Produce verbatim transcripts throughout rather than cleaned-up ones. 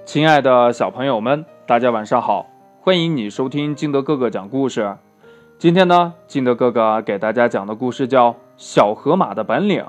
亲爱的小朋友们，大家晚上好，欢迎你收听金德哥哥讲故事。今天呢，金德哥哥给大家讲的故事叫《小河马的本领》。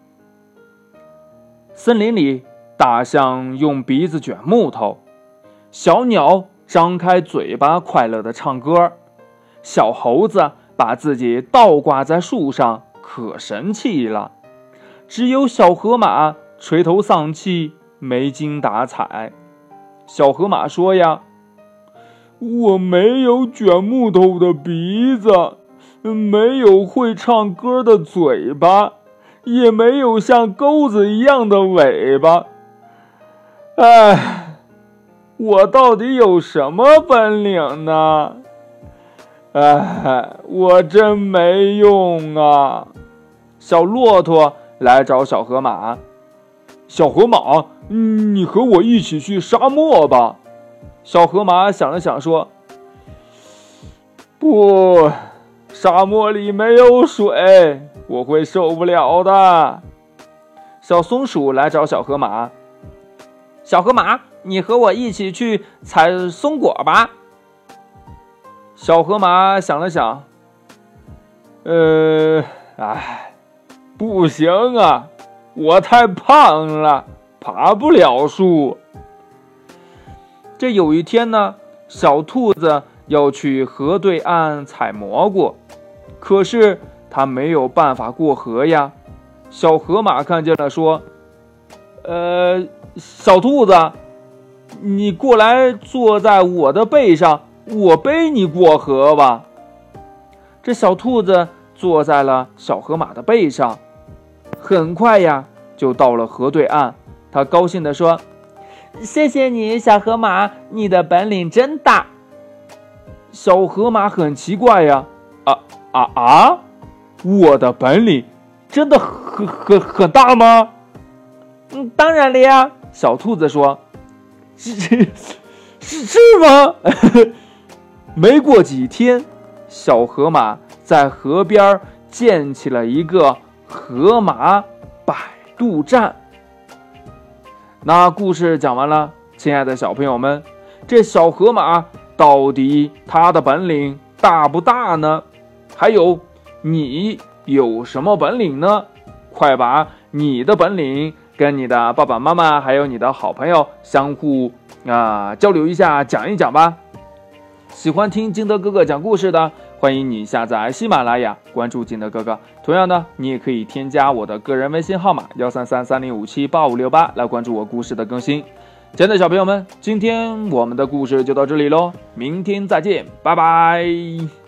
森林里，大象用鼻子卷木头，小鸟张开嘴巴快乐地唱歌，小猴子把自己倒挂在树上，可神气了。只有小河马垂头丧气，没精打采。小河马说呀，我没有卷木头的鼻子，没有会唱歌的嘴巴，也没有像钩子一样的尾巴。唉，我到底有什么本领呢？唉，我真没用啊！小骆驼来找小河马，小河马，你和我一起去沙漠吧。小河马想了想说，不，沙漠里没有水，我会受不了的。小松鼠来找小河马，小河马，你和我一起去采松果吧。小河马想了想，呃，唉，不行啊，我太胖了，爬不了树。这有一天呢，小兔子要去河对岸采蘑菇，可是它没有办法过河呀。小河马看见了说，呃，小兔子，你过来坐在我的背上，我背你过河吧。这小兔子坐在了小河马的背上，很快呀就到了河对岸。他高兴地说，谢谢你，小河马，你的本领真大。小河马很奇怪呀，啊啊啊！我的本领真的很很很大吗？嗯，当然了呀。小兔子说，是是是是吗？没过几天，小河马在河边建起了一个河马摆渡站。那故事讲完了，亲爱的小朋友们，这小河马到底它的本领大不大呢？还有，你有什么本领呢？快把你的本领跟你的爸爸妈妈还有你的好朋友相互啊、呃、交流一下，讲一讲吧。喜欢听金德哥哥讲故事的，欢迎你下载喜马拉雅，关注金德哥哥。同样呢，你也可以添加我的个人微信号码幺三三三零五七八五六八来关注我故事的更新。亲爱的小朋友们，今天我们的故事就到这里咯，明天再见，拜拜。